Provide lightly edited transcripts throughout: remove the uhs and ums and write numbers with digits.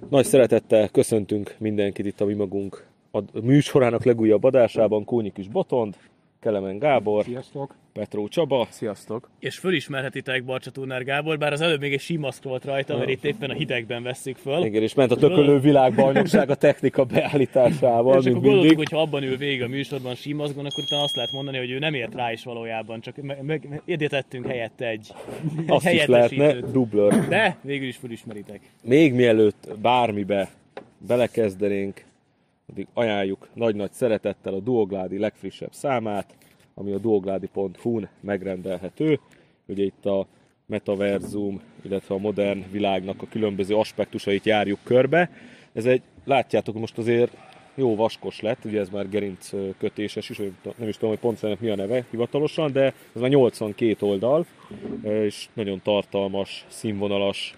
Nagy szeretettel köszöntünk mindenkit itt a Mi Magunk műsorának legújabb adásában. Kónyi Kis Botond, Kelemen Gábor, sziasztok. Petró Csaba, sziasztok. És fölismerhetitek Barcsa Turner Gábor, bár az előbb még egy simaszk volt rajta, mert itt éppen a hidegben vesszük föl. igen, és ment a tökölő világbajnokság a technika beállításával, és mint akkor gondoltuk, mindig. hogy ha abban ül végig a műsorban simaszkon, akkor utána azt lehet mondani, hogy ő nem ért rá is valójában, csak idétettünk helyette egy Azt is helyettesítőt. lehetne, dublőr. De végül is fölismeritek. Még mielőtt bármibe belekezdenénk, addig ajánljuk nagy-nagy szeretettel a Duogládi legfrissebb számát, ami a duogládi.hu-n megrendelhető. Ugye itt a metaverzum, illetve a modern világnak a különböző aspektusait járjuk körbe. Látjátok, most azért jó vaskos lett, ugye ez már gerinc kötéses is, nem is tudom, hogy pontosan mi a neve hivatalosan, de ez már 82 oldal, és nagyon tartalmas, színvonalas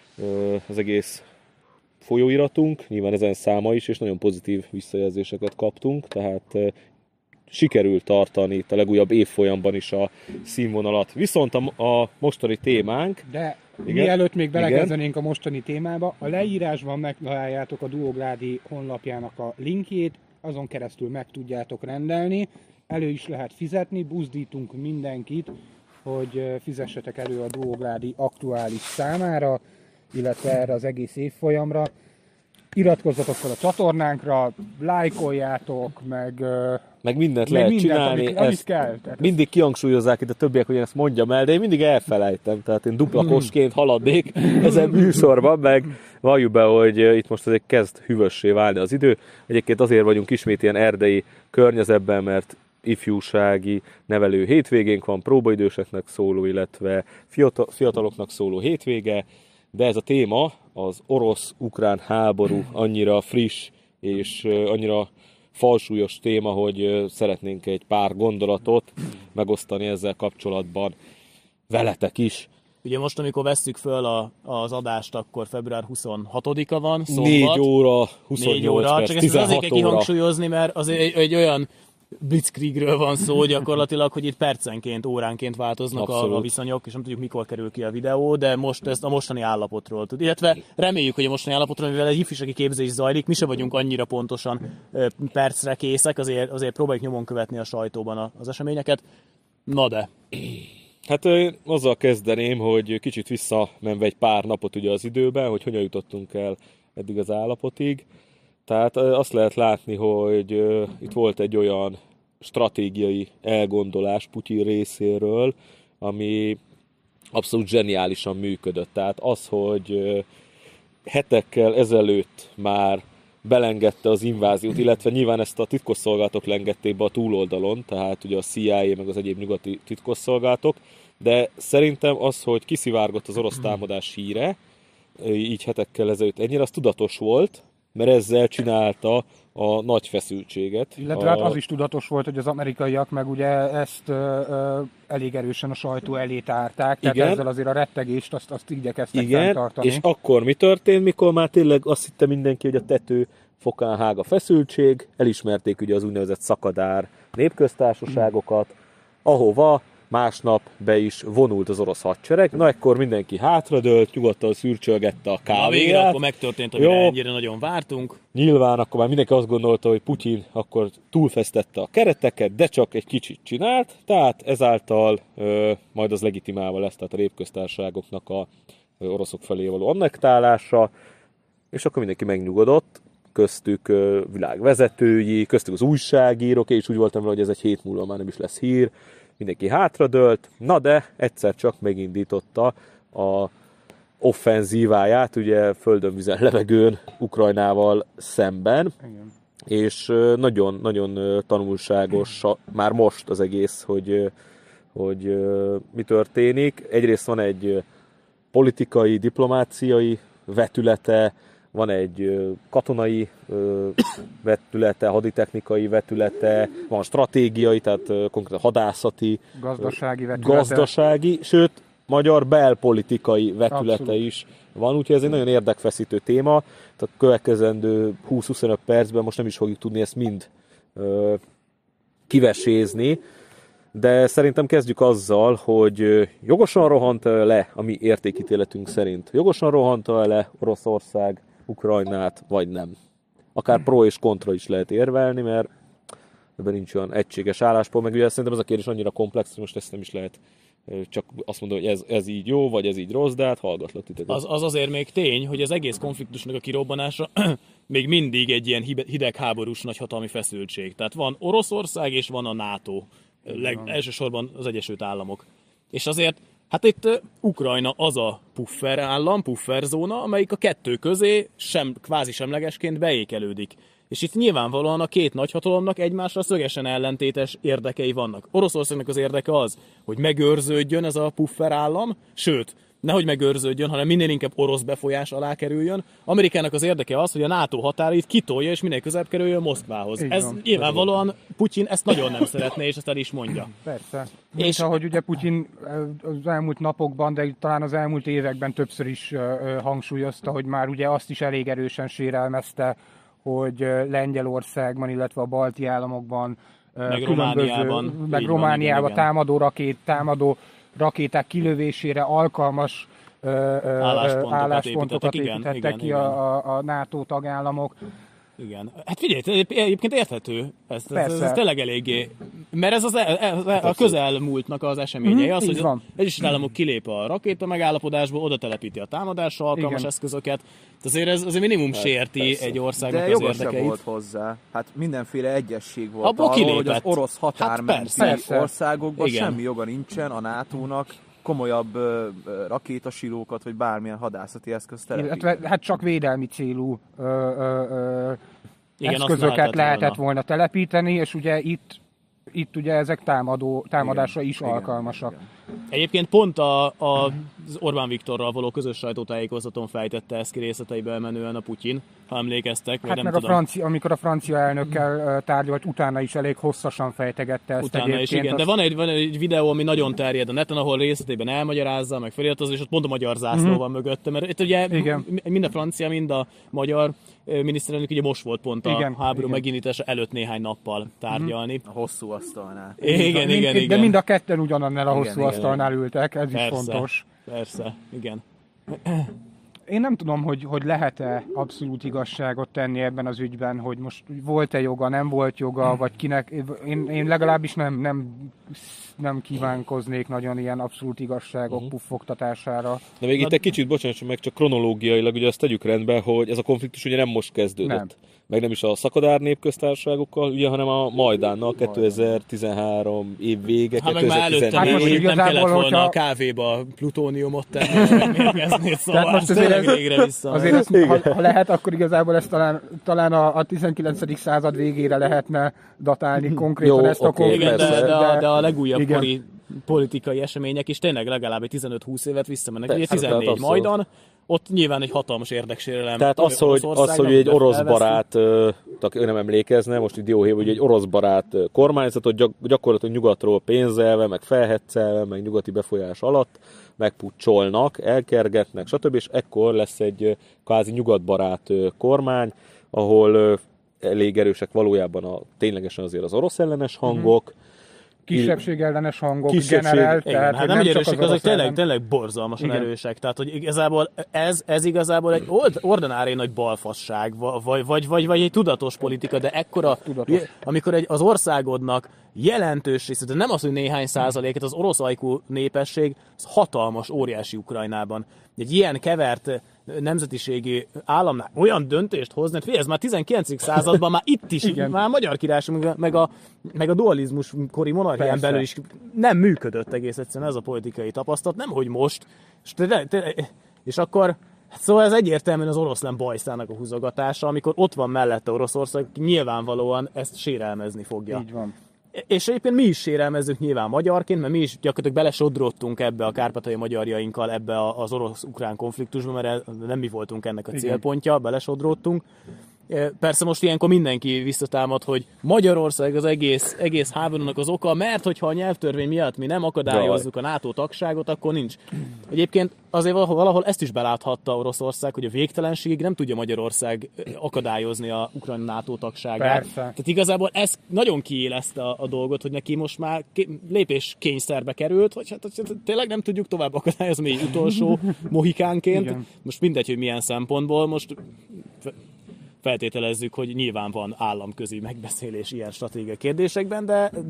az egész folyóiratunk, nyilván ezen száma is, és nagyon pozitív visszajelzéseket kaptunk, tehát sikerült tartani itt a legújabb évfolyamban is a színvonalat. Viszont a mostani témánk... De igen? mielőtt még belekezdenénk a mostani témába, a leírásban megtaláljátok a Duogládi honlapjának a linkjét, azon keresztül meg tudjátok rendelni, elő is lehet fizetni, buzdítunk mindenkit, hogy fizessetek elő a Duogládi aktuális számára, illetve erre az egész évfolyamra. Iratkozzatok fel a csatornánkra, lájkoljátok, meg mindent lehet csinálni. Amit kell. Mindig kihangsúlyozzák itt a többiek, hogy én ezt mondjam el, de én mindig elfelejtem. Tehát én duplakosként haladnék ezen műsorban, meg valljuk be, hogy itt most azért kezd hűvössé válni az idő. Egyébként azért vagyunk ismét ilyen erdei környezetben, mert ifjúsági nevelő hétvégénk van, próbaidőseknek szóló, illetve fiataloknak szóló hétvége, de ez a téma, az orosz-ukrán háború annyira friss és annyira falsúlyos téma, hogy szeretnénk egy pár gondolatot megosztani ezzel kapcsolatban veletek is. Ugye most, amikor vesszük föl az adást, akkor február 26-a van, szombat. 4 óra, 28 4 óra. perc, Csak ezt 16 azért kell óra. kihangsúlyozni, mert az egy olyan blitzkriegről van szó gyakorlatilag, hogy itt percenként, óránként változnak a viszonyok, és nem tudjuk, mikor kerül ki a videó, de most ezt a mostani állapotról tud. Illetve reméljük, hogy a mostani állapotról, mivel egy ifjúsági képzés zajlik, mi se vagyunk annyira pontosan percre készek, azért próbáljuk nyomon követni a sajtóban az eseményeket. Na de... Hát azzal kezdeném, hogy kicsit visszamenve egy pár napot ugye az időben, hogy hogyan jutottunk el eddig az állapotig. Tehát azt lehet látni, hogy itt volt egy olyan stratégiai elgondolás Putyin részéről, ami abszolút zseniálisan működött. Tehát az, hogy hetekkel ezelőtt már belengedte az inváziót, illetve nyilván ezt a titkosszolgálatok lengették be a túloldalon, tehát ugye a CIA meg az egyéb nyugati titkosszolgálatok, de szerintem az, hogy kiszivárgott az orosz támadás híre, így hetekkel ezelőtt ennyire, az tudatos volt, mert ezzel csinálta a nagy feszültséget. Illetve hát az is tudatos volt, hogy az amerikaiak meg ugye ezt elég erősen a sajtó elé tárták, tehát igen. Ezzel azért a rettegést azt igyekeztek igen, fenntartani. És akkor mi történt, mikor már tényleg azt hitte mindenki, hogy a tető fokán hág a feszültség, elismerték ugye az úgynevezett szakadár népköztársaságokat, ahova másnap be is vonult az orosz hadsereg. Na, ekkor mindenki hátradőlt, nyugodtan szürcsölgette a kávéját. Na, végre akkor megtörtént, amire ennyire nagyon vártunk. Nyilván akkor már mindenki azt gondolta, hogy Putyin akkor túlfesztette a kereteket, de csak egy kicsit csinált, tehát ezáltal majd az legitimálva lesz, tehát a népköztársaságoknak a oroszok felé való annektálása, és akkor mindenki megnyugodott, köztük világvezetői, köztük az újságírók, és úgy voltam vele, hogy ez egy hét múlva már nem is lesz hír, mindenki hátradőlt, na de egyszer csak megindította a offenzíváját, ugye földön, vízen, levegőn Ukrajnával szemben. Igen. És nagyon tanulságos már most az egész, hogy mi történik. Egyrészt van egy politikai, diplomáciai vetülete, van egy katonai vetülete, haditechnikai vetülete, van stratégiai, tehát konkrétan hadászati, gazdasági vetülete. Gazdasági, sőt, magyar belpolitikai vetülete Abszolút. is van, úgyhogy ez egy nagyon érdekfeszítő téma. Tehát a következendő 20-25 percben most nem is fogjuk tudni ezt mind kivesézni, de szerintem kezdjük azzal, hogy jogosan rohant le, a mi értékítéletünk szerint, jogosan rohant le Oroszország Ukrajnát, vagy nem. Akár pro és kontra is lehet érvelni, mert ebben nincs olyan egységes álláspont, meg ugye szerintem ez a kérdés annyira komplex, hogy most ezt nem is lehet csak azt mondom, hogy ez így jó, vagy ez így rossz, de hát hallgatlak titeket. Az azért még tény, hogy az egész konfliktusnak a kirobbanása még mindig egy ilyen hidegháborús nagyhatalmi feszültség. Tehát van Oroszország és van a NATO, elsősorban az Egyesült Államok. És azért, hát itt Ukrajna az a puffer állam, puffer zóna, amelyik a kettő közé kvázi semlegesként beékelődik. És itt nyilvánvalóan a két nagyhatalomnak egymásra szögesen ellentétes érdekei vannak. Oroszországnak az érdeke az, hogy megőrződjön ez a puffer állam, sőt, nehogy megőrződjön, hanem minél inkább orosz befolyás alá kerüljön. Amerikának az érdeke az, hogy a NATO határait kitolja, és minél közelebb kerüljön Moszkvához. Ez nyilvánvalóan Putyin ezt nagyon nem szeretné, és ezt el is mondja. Persze. És ahogy ugye Putyin az elmúlt napokban, de talán az elmúlt években többször is hangsúlyozta, hogy már ugye azt is elég erősen sérelmezte, hogy Lengyelországban, illetve a balti államokban, meg Romániában támadó rakéták kilövésére alkalmas álláspontokat építettek ki a NATO tagállamok. Igen. Hát figyelj, egyébként érthető. Ez tényleg eléggé. Mert ez a közelmúltnak az eseményei. Az, hogy az Egyesült Államok kilép a rakéta megállapodásból, oda telepíti a támadásra alkalmas eszközöket. Azért ez azért minimum sérti egy országnak az érdekeit. De jogosabb volt hozzá. Hát mindenféle egyesség volt arról, hogy az orosz határmenti országokban semmi joga nincsen a NATO-nak komolyabb rakétasilókat, vagy bármilyen hadászati eszközt telepíteni. Hát csak védelmi célú eszközöket lehetett volna telepíteni, és ugye itt ugye ezek támadásra is alkalmasak. Igen. Egyébként pont az Orbán Viktorral való közös sajtótájékoztatón fejtette ezt ki részleteiben menően a Putyin, ha emlékeztek. Hát meg amikor a francia elnökkel tárgyalt, utána is elég hosszasan fejtegette ezt utána egyébként. Is, igen. De van egy videó, ami nagyon terjed a neten, ahol részletében elmagyarázza, meg feliratozza, és ott pont a magyar zászló van mögötte. Mert itt ugye mind a francia, mind a magyar miniszterelnök ugye most volt pont a háború megindítása előtt néhány nappal tárgyalni. A hosszú asztalnál. Igen. De mind a ketten ugyanannál a hosszú asztalnál ültek, ez is fontos. Persze, igen. Én nem tudom, hogy lehet-e abszolút igazságot tenni ebben az ügyben, hogy most volt-e joga, nem volt joga, vagy kinek. Én legalábbis nem kívánkoznék nagyon ilyen abszolút igazságok puffogtatására. De még itt egy kicsit, bocsánat, meg csak kronológiailag, ugye azt tegyük rendbe, hogy ez a konfliktus ugye nem most kezdődött. Nem. Meg nem is a szakadár népköztársaságokkal, ugye, hanem a Majdánnal 2013 év vége, meg már előtte nem kellett volna a kávéba plutóniumot tenni, és megmérgezni, szóval most végre vissza. Azért ha lehet, akkor igazából ezt talán a 19. század végére lehetne datálni konkrétan ezt a konfliktust. Igen, de a legújabb kori politikai események is tényleg legalább egy 15-20 évet visszamennek. Ugye 14 Majdan, ott nyilván egy hatalmas érdeksérelem. Tehát az, hogy egy orosz barát, ő nem emlékezne, most itt dióhéj, hogy egy orosz barát kormányzatot gyakorlatilag nyugatról pénzelve, meg felhetszelve, meg nyugati befolyás alatt megpucsolnak, elkergetnek, stb. És ekkor lesz egy kvázi nyugatbarát kormány, ahol elég erősek valójában ténylegesen azért az orosz ellenes hangok, kisebbség ellenes hangok generált. Tehát, hát nem erősek, azok tényleg borzalmasan erősek. Tehát, hogy igazából ez igazából egy ordinári nagy balfasság, vagy egy tudatos politika, de ekkora, amikor az országodnak jelentős része, de nem az, hogy néhány százaléket, az orosz ajkú népesség, az hatalmas, óriási Ukrajnában. Egy ilyen kevert nemzetiségi államnál olyan döntést hozni, hogy ez már 19. században, már itt is, már a magyar királyság, meg a dualizmus kori monarchián belül is nem működött egész egyszerűen ez a politikai tapasztalat, nem hogy most. És akkor, szóval ez egyértelműen az oroszlán bajszának a húzogatása, amikor ott van mellette Oroszország, nyilvánvalóan ezt sérelmezni fogja. Így van. És egyébként mi is sérelmezzük nyilván magyarként, mert mi is gyakorlatilag belesodródtunk ebbe a kárpátaljai magyarjainkkal ebbe az orosz-ukrán konfliktusba, mert nem mi voltunk ennek a célpontja, belesodródtunk. Persze most ilyenkor mindenki visszatámad, hogy Magyarország az egész háborúnak az oka, mert hogyha a nyelvtörvény miatt mi nem akadályozzuk a NATO tagságot, akkor nincs. Egyébként azért valahol ezt is beláthatta Oroszország, hogy a végtelenségig nem tudja Magyarország akadályozni a ukrajna NATO tagságát. Persze. Tehát igazából ez nagyon kiélezte a dolgot, hogy neki most már lépés kényszerbe került, hogy hát tényleg nem tudjuk tovább akadályozni utolsó mohikánként. Igen. Most mindegy, hogy milyen szempontból. Most feltételezzük, hogy nyilván van államközi megbeszélés ilyen stratégiai kérdésekben,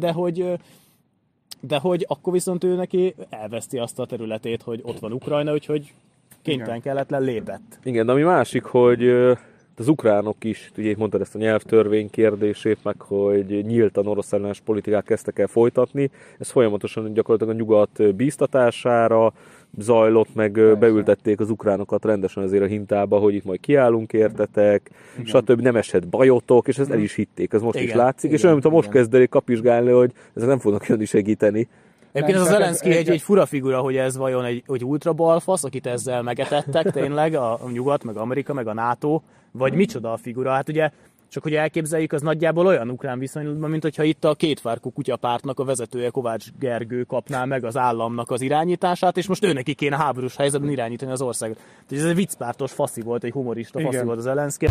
de hogy akkor viszont ő neki elveszti azt a területét, hogy ott van Ukrajna, úgyhogy kénytelen kelletlen lépett. Igen, de ami másik, hogy az ukránok is, ugye mondtad ezt a nyelvtörvény kérdését, meg hogy nyíltan orosz ellenes politikát kezdtek el folytatni, ez folyamatosan gyakorlatilag a nyugat bíztatására zajlott, meg beültették az ukránokat rendesen azért a hintába, hogy itt majd kiállunk értetek, stb. Nem esett bajotok, és ezt el is hitték, ez most is látszik, és olyan, mintha most kezdenék kapizsgálni, hogy ezek nem fognak jönni segíteni. Egyébként az Zelenszky egy fura figura, hogy ez vajon egy ultrabalfasz, akit ezzel megetettek tényleg, a nyugat, meg Amerika, meg a NATO, vagy micsoda a figura? Hát ugye, csak hogy elképzeljük, az nagyjából olyan ukrán viszonylatban, mint hogyha itt a kétfárkú kutyapártnak a vezetője Kovács Gergő kapná meg az államnak az irányítását, és most őneki kéne háborús helyzetben irányítani az országot. Tehát ez egy viccpártos faszi volt, egy humorista faszi volt az Zelenszky.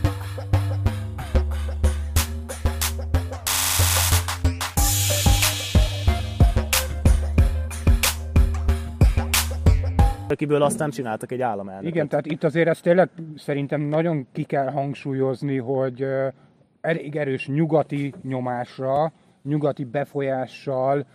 Akiből aztán csináltak egy államelnököt. Igen, tehát itt azért ezt tényleg szerintem nagyon ki kell hangsúlyozni, hogy elég erős nyugati nyomásra, nyugati befolyással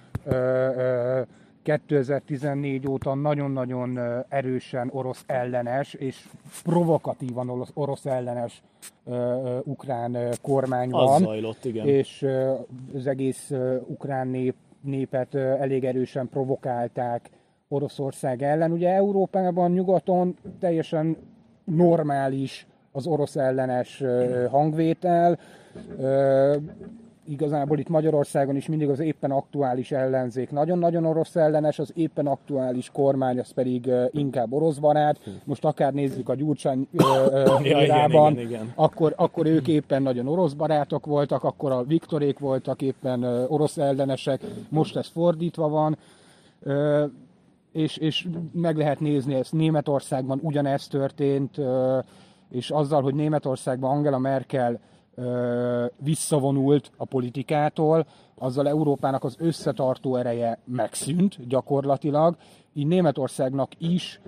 2014 óta nagyon-nagyon erősen orosz ellenes és provokatívan orosz ellenes ukrán kormány van. Az zajlott, igen. És az egész ukrán népet elég erősen provokálták Oroszország ellen. Ugye Európában, nyugaton teljesen normális az orosz ellenes hangvétel. Igazából itt Magyarországon is mindig az éppen aktuális ellenzék nagyon-nagyon orosz ellenes, az éppen aktuális kormány az pedig inkább orosz barát. Most akár nézzük a Gyurcsány érában, akkor ők éppen nagyon orosz barátok voltak, akkor a Viktorék voltak éppen orosz ellenesek, most ez fordítva van. És meg lehet nézni, ezt Németországban ugyanez történt, és azzal, hogy Németországban Angela Merkel visszavonult a politikától, azzal Európának az összetartó ereje megszűnt gyakorlatilag, így Németországnak is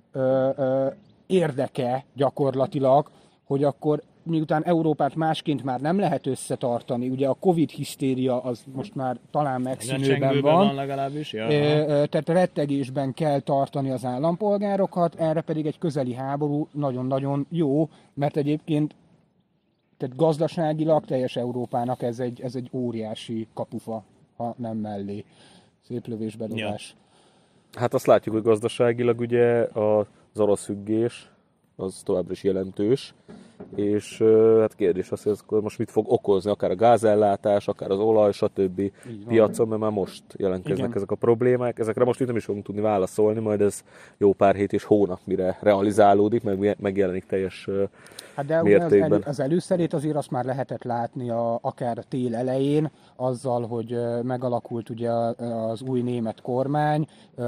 érdeke gyakorlatilag, hogy akkor miután Európát másként már nem lehet összetartani, ugye a Covid-hisztéria az most már talán megszűnőben van legalábbis, tehát rettegésben kell tartani az állampolgárokat, erre pedig egy közeli háború nagyon-nagyon jó, mert egyébként tehát gazdaságilag teljes Európának ez egy óriási kapufa, ha nem mellé. Szép lövésbedobás. Ja. Hát azt látjuk, hogy gazdaságilag ugye az orosz függés az továbbra is jelentős, és hát kérdés az, hogy akkor most mit fog okozni, akár a gázellátás, akár az olaj, stb. Piacon, mert már most jelentkeznek ezek a problémák. Ezekre most itt nem is fogunk tudni válaszolni, majd ez jó pár hét és hónap, mire realizálódik, meg megjelenik teljes mértékben. Az előszerét azért azt már lehetett látni akár a tél elején, azzal, hogy megalakult ugye az új német kormány,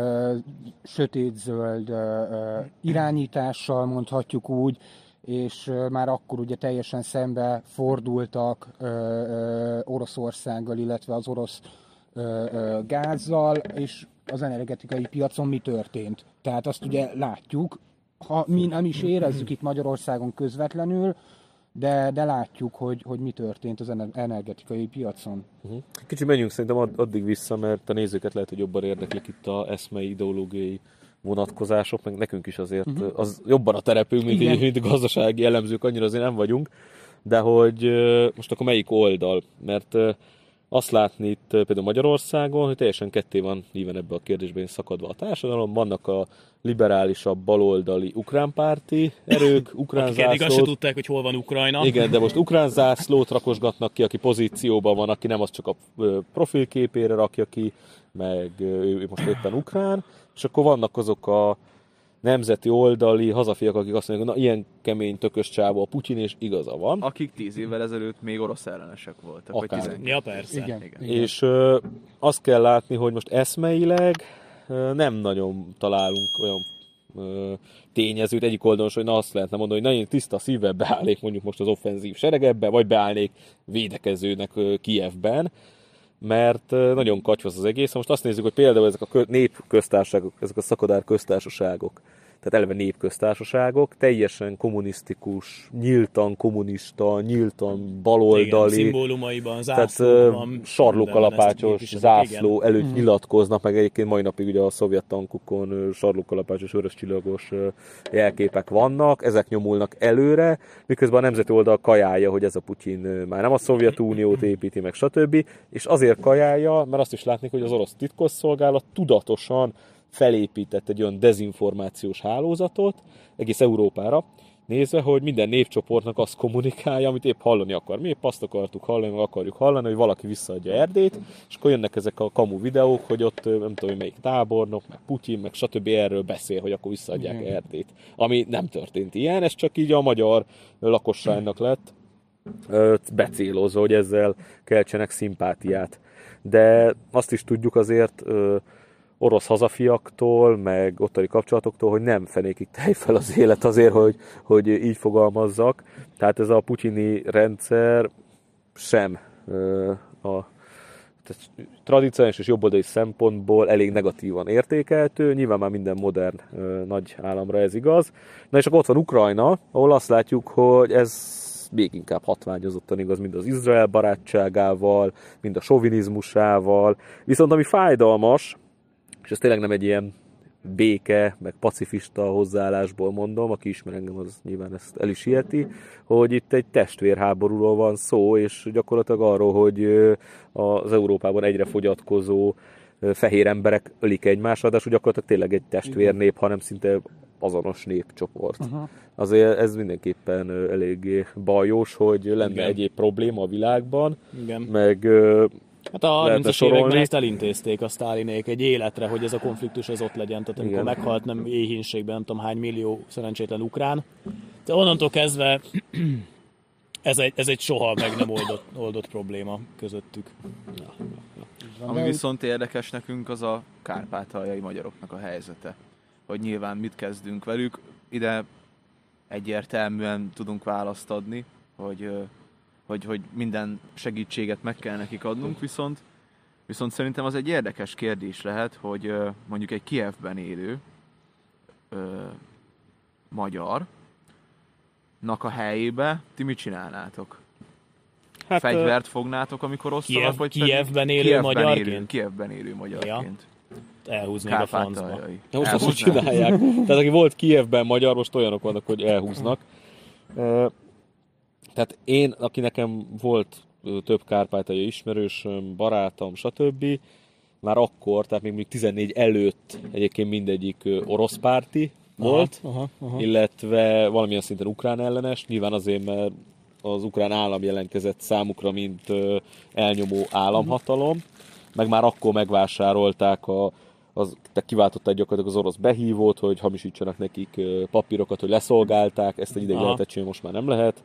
sötétzöld irányítással mondhatjuk úgy, és már akkor ugye teljesen szembe fordultak Oroszországgal, illetve az orosz gázzal, és az energetikai piacon mi történt. Tehát azt ugye látjuk, ha mi nem is érezzük itt Magyarországon közvetlenül, de látjuk, hogy mi történt az energetikai piacon. Kicsit menjünk szerintem addig vissza, mert a nézőket lehet, hogy jobban érdeklik itt a eszmei, ideológiai vonatkozások, meg nekünk is azért az jobban a terepünk, mint a gazdasági elemzők, annyira azért nem vagyunk, de hogy most akkor melyik oldal, mert azt látni itt például Magyarországon, hogy teljesen ketté van íven ebbe a kérdésben szakadva a társadalom, vannak a liberálisabb, baloldali ukránpárti erők, ukrán zászlót. Eddig azt se tudták, hogy hol van Ukrajna. Igen, de most ukrán zászlót rakosgatnak ki, aki pozícióban van, aki nem az csak a profilképére rakja ki, meg ő most éppen ukrán, és akkor vannak azok a nemzeti oldali hazafiak, akik azt mondják, hogy na ilyen kemény tökös csávó a Putyin, és igaza van. Akik 10 évvel ezelőtt még orosz ellenesek voltak. Vagy 12. Ja, persze. Igen. És azt kell látni, hogy most eszmeileg nem nagyon találunk olyan tényezőt egyik oldalon, hogy na azt lehetne mondani, hogy nagyon tiszta szívvel beállnék mondjuk most az offenzív seregekbe, vagy beállnék védekezőnek Kijevben, mert nagyon katyvasz az egész. Most azt nézzük, hogy például ezek a népköztársaságok, ezek a szakadár köztársaságok. tehát eleve népköztársaságok, teljesen kommunisztikus, nyíltan kommunista, nyíltan baloldali. Igen, szimbólumaiban, zászlóban. Tehát sarlókalapácsos zászló előtt nyilatkoznak, meg egyébként mai napig ugye a szovjet tankokon sarlókalapácsos vörös csillagos jelképek vannak, ezek nyomulnak előre, miközben a nemzeti oldal kajálja, hogy ez a Putyin már nem a Szovjetuniót építi, meg stb. És azért kajálja, mert azt is látni, hogy az orosz titkosszolgálat tudatosan felépített egy olyan dezinformációs hálózatot egész Európára nézve, hogy minden népcsoportnak azt kommunikálja, amit épp hallani akar. Mi épp azt akartuk hallani, meg akarjuk hallani, hogy valaki visszaadja Erdélyt, és akkor jönnek ezek a kamu videók, hogy ott nem tudom, melyik tábornok, meg Putyin, meg stb. Erről beszél, hogy akkor visszaadják Erdélyt. Ami nem történt ilyen, ez csak így a magyar lakosságnak lett becélozva, hogy ezzel keltsenek szimpátiát. De azt is tudjuk azért orosz hazafiaktól, meg ottani kapcsolatoktól, hogy nem fenékig tej fel az élet azért, hogy így fogalmazzak. Tehát ez a putyini rendszer sem a tradicionális és jobboldali szempontból elég negatívan értékeltő. Nyilván már minden modern nagy államra ez igaz. Na és akkor ott van Ukrajna, ahol azt látjuk, hogy ez még inkább hatványozottan igaz, mind az Izrael barátságával, mind a sovinizmusával. Viszont ami fájdalmas, és ez tényleg nem egy ilyen béke, meg pacifista hozzáállásból mondom, aki ismer engem, az nyilván ezt el is iheti, hogy itt egy testvérháborúról van szó, és gyakorlatilag arról, hogy az Európában egyre fogyatkozó fehér emberek ölik egymást, ráadásul gyakorlatilag tényleg egy testvérnép, hanem szinte azonos népcsoport. Azért ez mindenképpen eléggé bajos, hogy lenne egyéb probléma a világban, meg hát a 30-as években ezt elintézték a sztálinék egy életre, hogy ez a konfliktus ez ott legyen. Tehát amikor meghalt nem éhínségben, nem tudom hány millió szerencsétlen ukrán. De onnantól kezdve ez egy soha meg nem oldott probléma közöttük. Ami viszont érdekes nekünk, az a kárpátaljai magyaroknak a helyzete. Hogy nyilván mit kezdünk velük. Ide egyértelműen tudunk választ adni, hogy minden segítséget meg kell nekik adnunk, viszont szerintem az egy érdekes kérdés lehet, hogy mondjuk egy Kijevben élő magyarnak a helyébe ti mit csinálnátok? Hát, fegyvert fognátok, amikor osztanak, vagy Kijevben élő magyarként? Kijevben élő magyarként. Ja. Elhúznék a francba. Most azt hogy csinálják. Tehát aki volt Kijevben magyar, most olyanok vannak, hogy elhúznak. Tehát én, aki nekem volt több kárpátaljai ismerősöm, barátom, stb. Már akkor, tehát még 14 előtt egyébként mindegyik orosz párti volt, illetve valamilyen szinten ukrán ellenes, nyilván azért, mert az ukrán állam jelentkezett számukra, mint elnyomó államhatalom, meg már akkor megvásárolták tehát kiváltották gyakorlatilag az orosz behívót, hogy hamisítsanak nekik papírokat, hogy leszolgálták, ezt egy ideig lehetett csinálni, most már nem lehet.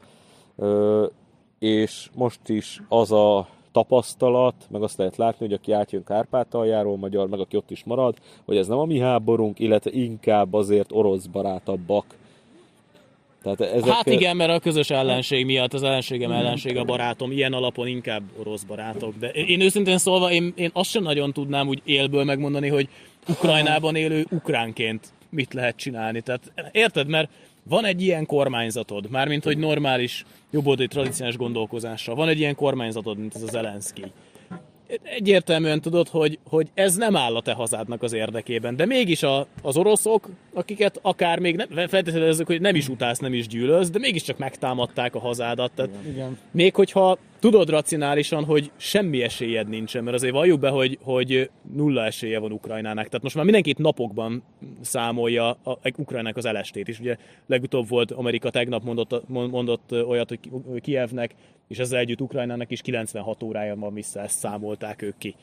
És most is az a tapasztalat, meg azt lehet látni, hogy aki átjön Kárpátaljáról, magyar, meg aki ott is marad, hogy ez nem a mi háborunk, illetve inkább azért orosz barátabbak. Tehát hát igen, mert a közös ellenség miatt az ellenségem ellenség a barátom, ilyen alapon inkább orosz barátok. De én őszintén szólva, én azt sem nagyon tudnám úgy élből megmondani, hogy Ukrajnában élő ukránként mit lehet csinálni. Tehát érted, mert van egy ilyen kormányzatod, mármint hogy normális, jobboldali tradicionális gondolkozással. Van egy ilyen kormányzatod, mint ez a Zelenszkij. Egyértelműen tudod, hogy ez nem áll a te hazádnak az érdekében, de mégis az oroszok, akiket akár még feltételezzük, hogy nem is utálsz, nem is gyűlölsz, de mégiscsak megtámadták a hazádat. Tehát még hogyha tudod racionálisan, hogy semmi esélyed nincsen, mert azért valljuk be, hogy nulla esélye van Ukrajnának. Tehát most már mindenki napokban számolja Ukrajnának az elestét is. Ugye legutóbb volt Amerika tegnap mondott olyat, hogy Kijevnek, és ezzel együtt Ukrajnának is 96 órája van vissza, ezt számolták ők ki.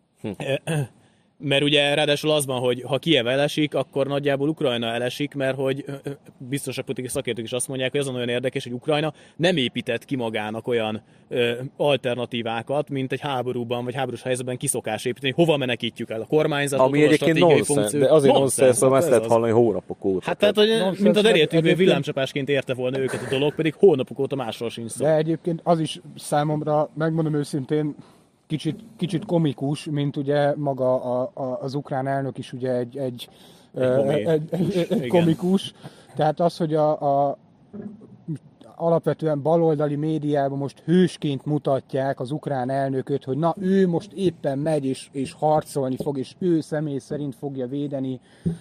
Mert ugye ráadásul az van, hogy ha Kijev elesik, akkor nagyjából Ukrajna elesik, mert hogy biztosak politikai szakértők is azt mondják, hogy azon olyan érdekes, hogy Ukrajna nem épített ki magának olyan alternatívákat, mint egy háborúban vagy háborús helyzetben kiszokás építeni, hova menekítjük el a kormányzatot, ami a stratégiai funkció. De azért nonsens, hogy ezt lehet hallani hónapok óta. Hát tehát, hogy mint a deréltűből villámcsapásként érte volna őket a dolog, pedig hónapok óta másról sincs szó. De egyébként az is számomra, megmondom őszintén, kicsit komikus, mint ugye maga az ukrán elnök is ugye egy egy komikus. Tehát az, hogy alapvetően baloldali médiában most hősként mutatják az ukrán elnököt, hogy na ő most éppen megy és harcolni fog, és ő személy szerint fogja védeni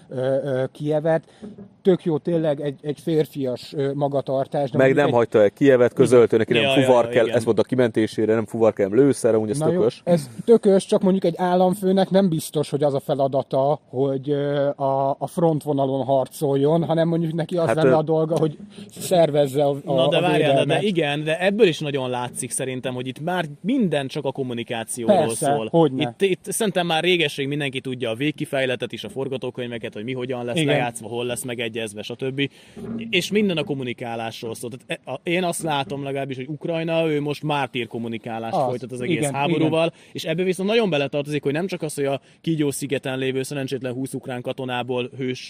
Kijevet. Tök jó, tényleg egy férfias magatartás. De meg nem hagyta el Kijevet, közölte neki, nem fuvar kell, ezt mondta a kimentésére, nem fuvar kell, lőszerre, úgy ez tökös. Jó, ez tökös, csak mondjuk egy államfőnek nem biztos, hogy az a feladata, hogy a frontvonalon harcoljon, hanem mondjuk neki az lenne a dolga, hogy szervezze a de várjál, de igen, de ebből is nagyon látszik szerintem, hogy itt már minden csak a kommunikációról persze, szól. Hogyne. Itt szerintem már réges-rég mindenki tudja a végkifejletet is, a forgatókönyveket, hogy mi hogyan lesz lejátszva, hol lesz megegyezve, stb. És minden a kommunikálásról szól. Tehát én azt látom legalábbis, hogy Ukrajna, ő most mártír kommunikálást folytat az egész háborúval, és ebbe viszont nagyon beletartozik, hogy nem csak az, hogy a Kígyó-szigeten lévő szerencsétlen 20 ukrán katonából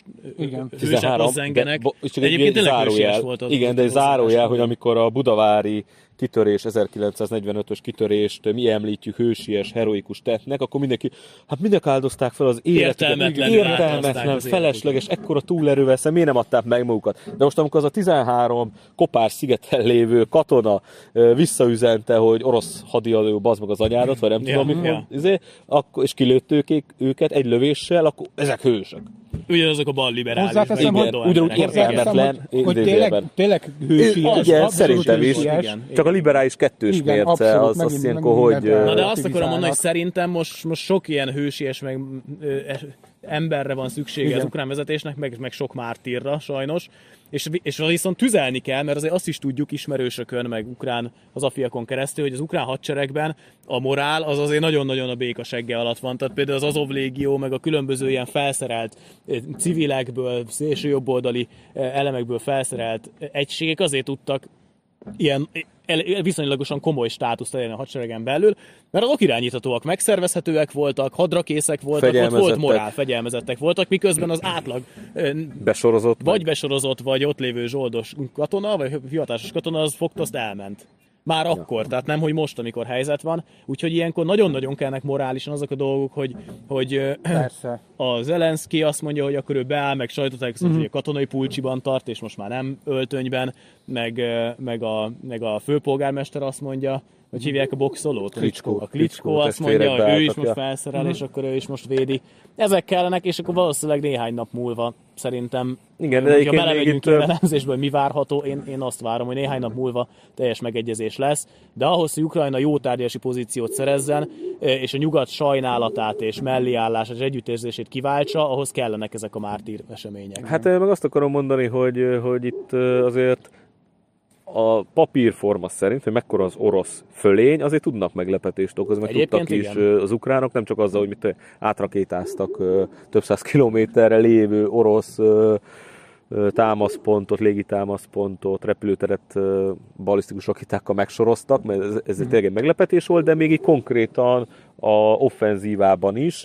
hősek zengenek, egyébként tényleg hősies volt az. Igen, de egy zárójel, hogy amikor a budavári kitörés, 1945-ös kitörést mi említjük hősies, heroikus tettnek, akkor mindenki, minek áldozták fel az életüket, értelmetlen, felesleges, ekkora túlerővel, miért nem adták meg magukat. De most amikor az a 13 Kopár szigeten lévő katona visszaüzente, hogy orosz hadiadó, bazd meg az anyádat, vagy nem tudom, mit mond, akkor, és kilőttük őket egy lövéssel, akkor ezek hősök. Ugyanazok a balliberális. Hozzáteszem, ugyanúgy értelmetlen. Hogy tényleg hősies. Igen, szerintem is. Csak a liberális kettős mérce, az ilyenkor, hogy... Na de azt akarom mondani, hogy szerintem most sok ilyen hősies meg emberre van szüksége az ukrán vezetésnek, meg sok mártírra sajnos. És viszont tüzelni kell, mert azért azt is tudjuk ismerősökön, meg ukrán hazafiakon keresztül, hogy az ukrán hadseregben a morál az azért nagyon-nagyon a békasegge alatt van. Tehát például az Azov légió, meg a különböző ilyen felszerelt civilekből, szélsőjobboldali elemekből felszerelt egységek azért tudtak ilyen viszonylagosan komoly státuszt elérni a hadseregen belül, mert azok irányíthatóak, megszervezhetőek voltak, hadrakészek voltak, ott volt morál, fegyelmezettek voltak, miközben az átlag besorozott, vagy ott lévő zsoldos katona, vagy hivatásos katona, az fogta, azt elment. Már akkor, tehát nem, hogy most, amikor helyzet van. Úgyhogy ilyenkor nagyon-nagyon kellnek morálisan azok a dolgok, hogy a Zelenszky azt mondja, hogy akkor ő beáll, meg sajtótájékoztatón, hogy a katonai pulcsiban tart, és most már nem öltönyben, meg a főpolgármester azt mondja, hogy hívják a boxolót? A Klitschko azt mondja, hogy ő is most felszerel, és akkor ő is most védi. Ezek kellenek, és akkor valószínűleg néhány nap múlva szerintem, hogyha belemegyünk a elemzésből, mi várható, én azt várom, hogy néhány nap múlva teljes megegyezés lesz, de ahhoz, hogy Ukrajna jó tárgyalási pozíciót szerezzen, és a nyugat sajnálatát és melléállását és együttérzését kiváltsa, ahhoz kellenek ezek a mártír események. Hát meg azt akarom mondani, hogy itt azért a papírforma szerint, hogy mekkora az orosz fölény, azért tudnak meglepetést okozni, mert tudtak is az ukránok, nem csak azzal, hogy átrakétáztak több száz kilométerre lévő orosz támaszpontot, légitámaszpontot, repülőteret balisztikus rakétákkal megsoroztak, mert ez tényleg egy meglepetés volt, de még így konkrétan a offenzívában is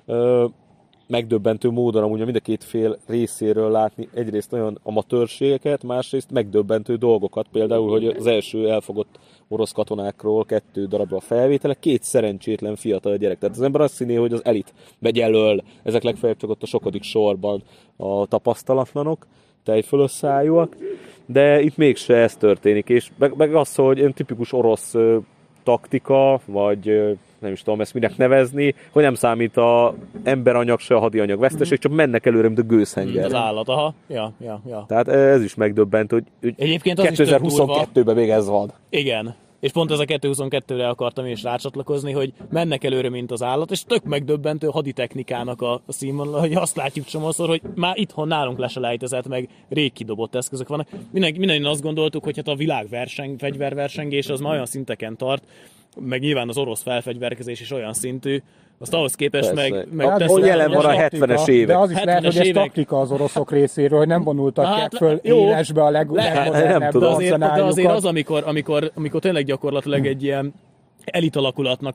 megdöbbentő módon amúgy mind a két fél részéről látni egyrészt olyan amatőrségeket, másrészt megdöbbentő dolgokat, például, hogy az első elfogott orosz katonákról 2 darabra a felvételek, 2 szerencsétlen fiatal gyerek. Tehát az ember azt hinné, hogy az elit megy elől, ezek legfeljebb csak ott a sokadik sorban a tapasztalatlanok, tejfölösszájúak, de itt mégse ez történik, és meg az, hogy ilyen tipikus orosz taktika, vagy nem is tudom ezt minek nevezni, hogy nem számít a emberanyag, se a hadianyag veszteség, csak mennek előre, mint a gőzhenger. Az állat, aha. Ja. Tehát ez is megdöbbent, hogy 2022-ben még ez van. Igen. És pont ez a 2022-re akartam is rácsatlakozni, hogy mennek előre, mint az állat, és tök megdöbbentő haditechnikának a színvonal, hogy azt látjuk csomószor, hogy már itthon nálunk leselejtezett, meg rég kidobott eszközök vannak. Mindenki azt gondoltuk, hogy hát a világverseny, fegyverversengés az már olyan szinteken tart, meg nyilván az orosz felfegyverkezés is olyan szintű, azt ahhoz képest meg jelen van a 70-es évek. De az is lehet, hogy ez taktika az oroszok részéről, hogy nem vonultatják föl élesbe a legmodernebb arzenájukat. De azért az, amikor tényleg gyakorlatilag egy ilyen elit alakulatnak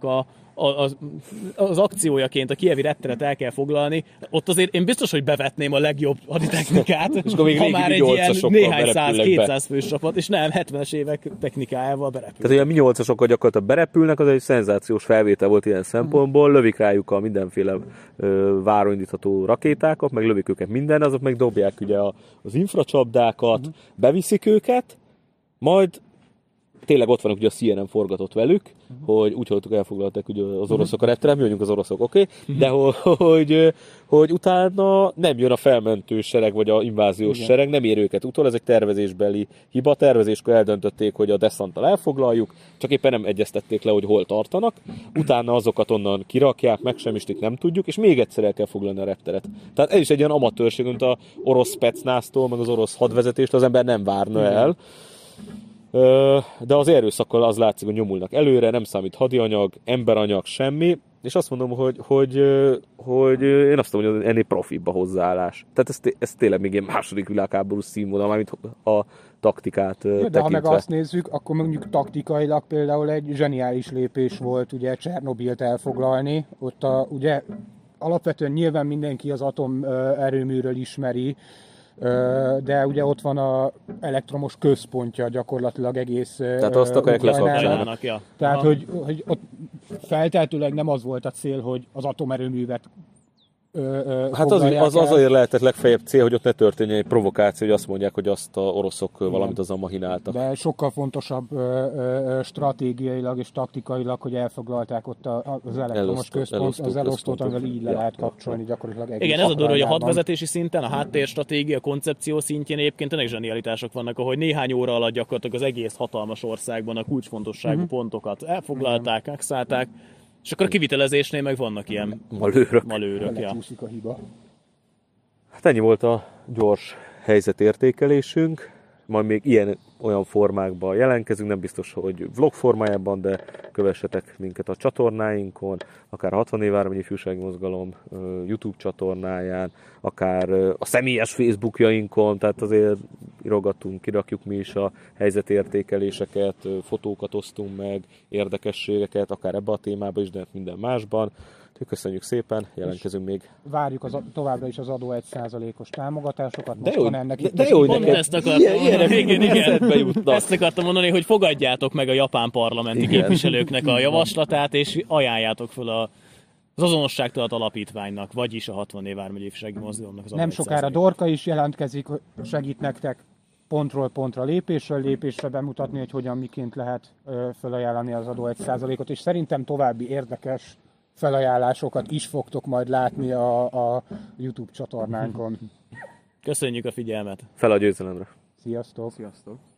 az akciójaként a kijevi repteret el kell foglalni, ott azért én biztos, hogy bevetném a legjobb haditechnikát, és még ha már egy ilyen néhány 100-200 fős csapat, és nem 70-es évek technikájával berepül. Tehát ugye a Mi-8-asok gyakorlatilag berepülnek, az egy szenzációs felvétel volt ilyen szempontból, lövik rájuk a mindenféle váróindítható rakétákat, meg lövik őket minden, azok meg dobják ugye az infracsapdákat, beviszik őket, majd tényleg ott vannak, ugye a CNN forgatott velük, hogy úgy hallottuk, elfoglalták ugye az oroszok a repteret, mi vagyunk az oroszok, oké? De hogy utána nem jön a felmentő sereg, vagy a inváziós sereg, nem ér őket utol, ez egy tervezésbeli hiba, tervezéskor eldöntötték, hogy a deszanttal elfoglaljuk, csak éppen nem egyeztették le, hogy hol tartanak, utána azokat onnan kirakják, megsemmisítik, nem tudjuk, és még egyszer el kell foglalni a repteret. Tehát ez is egy olyan amatőrség, mint az orosz Specnaztól, meg az orosz hadvezetéstől az ember nem várna el. De az erőszakkal az látszik, hogy nyomulnak előre, nem számít hadianyag, emberanyag, semmi, és azt mondom, hogy én azt mondom, hogy ennél profibb a hozzáállás. Tehát ez tényleg még ilyen második világháborús színvonal, mármint a taktikát tekintve. De ha meg azt nézzük, akkor mondjuk taktikailag például egy zseniális lépés volt ugye Csernobilt elfoglalni. Ott ugye alapvetően nyilván mindenki az atomerőműről ismeri, de ugye ott van az elektromos központja gyakorlatilag egész tehát azt akarják leszakálni. Tehát, hogy ott feltehetőleg nem az volt a cél, hogy az atomerőművet hát az azért lehetett legfeljebb cél, hogy ott ne történjen egy provokáció, hogy azt mondják, hogy azt a oroszok valamit azzal machináltak. De sokkal fontosabb stratégiailag és taktikailag, hogy elfoglalták ott az elektromos központ, az elosztót, amivel így le lehet kapcsolni gyakorlatilag egész. Igen, ez a durva, hogy a hadvezetési szinten, a háttérstratégia, a koncepció szintjén egyébként tényleg zsenialitások vannak, ahogy néhány óra alatt gyakorlatilag az egész hatalmas országban a kulcsfontosságú pontokat elfoglalták, megszállták. És akkor a kivitelezésnél meg vannak ilyen malőrök. Lecsúszik a hiba. Hát ennyi volt a gyors helyzetértékelésünk. Majd még olyan formákban jelentkezünk, nem biztos, hogy vlog formájában, de kövessetek minket a csatornáinkon, akár a 60 év vármegyi ifjúsági mozgalom YouTube csatornáján, akár a személyes Facebookjainkon, tehát azért írogatunk, kirakjuk mi is a helyzetértékeléseket, fotókat osztunk meg, érdekességeket, akár ebbe a témába is, de minden másban. Köszönjük szépen, jelentkezünk még. Várjuk továbbra is az adó 1%-os támogatásokat. De jó, ezt akartam mondani, hogy fogadjátok meg a japán parlamenti képviselőknek a javaslatát, és ajánljátok föl az Azonosságtudat Alapítványnak, vagyis a 60 év vármegyi ifjúsági mozgalomnak az adó 1%. Nem sokára Dorka is jelentkezik, segít nektek pontról pontra, lépésről lépésre bemutatni, hogy hogyan, miként lehet felajánlani az adó 1%-ot, és szerintem további érdekes felajánlásokat is fogtok majd látni a YouTube csatornánkon. Köszönjük a figyelmet! Fel a győzelemre! Sziasztok! Sziasztok!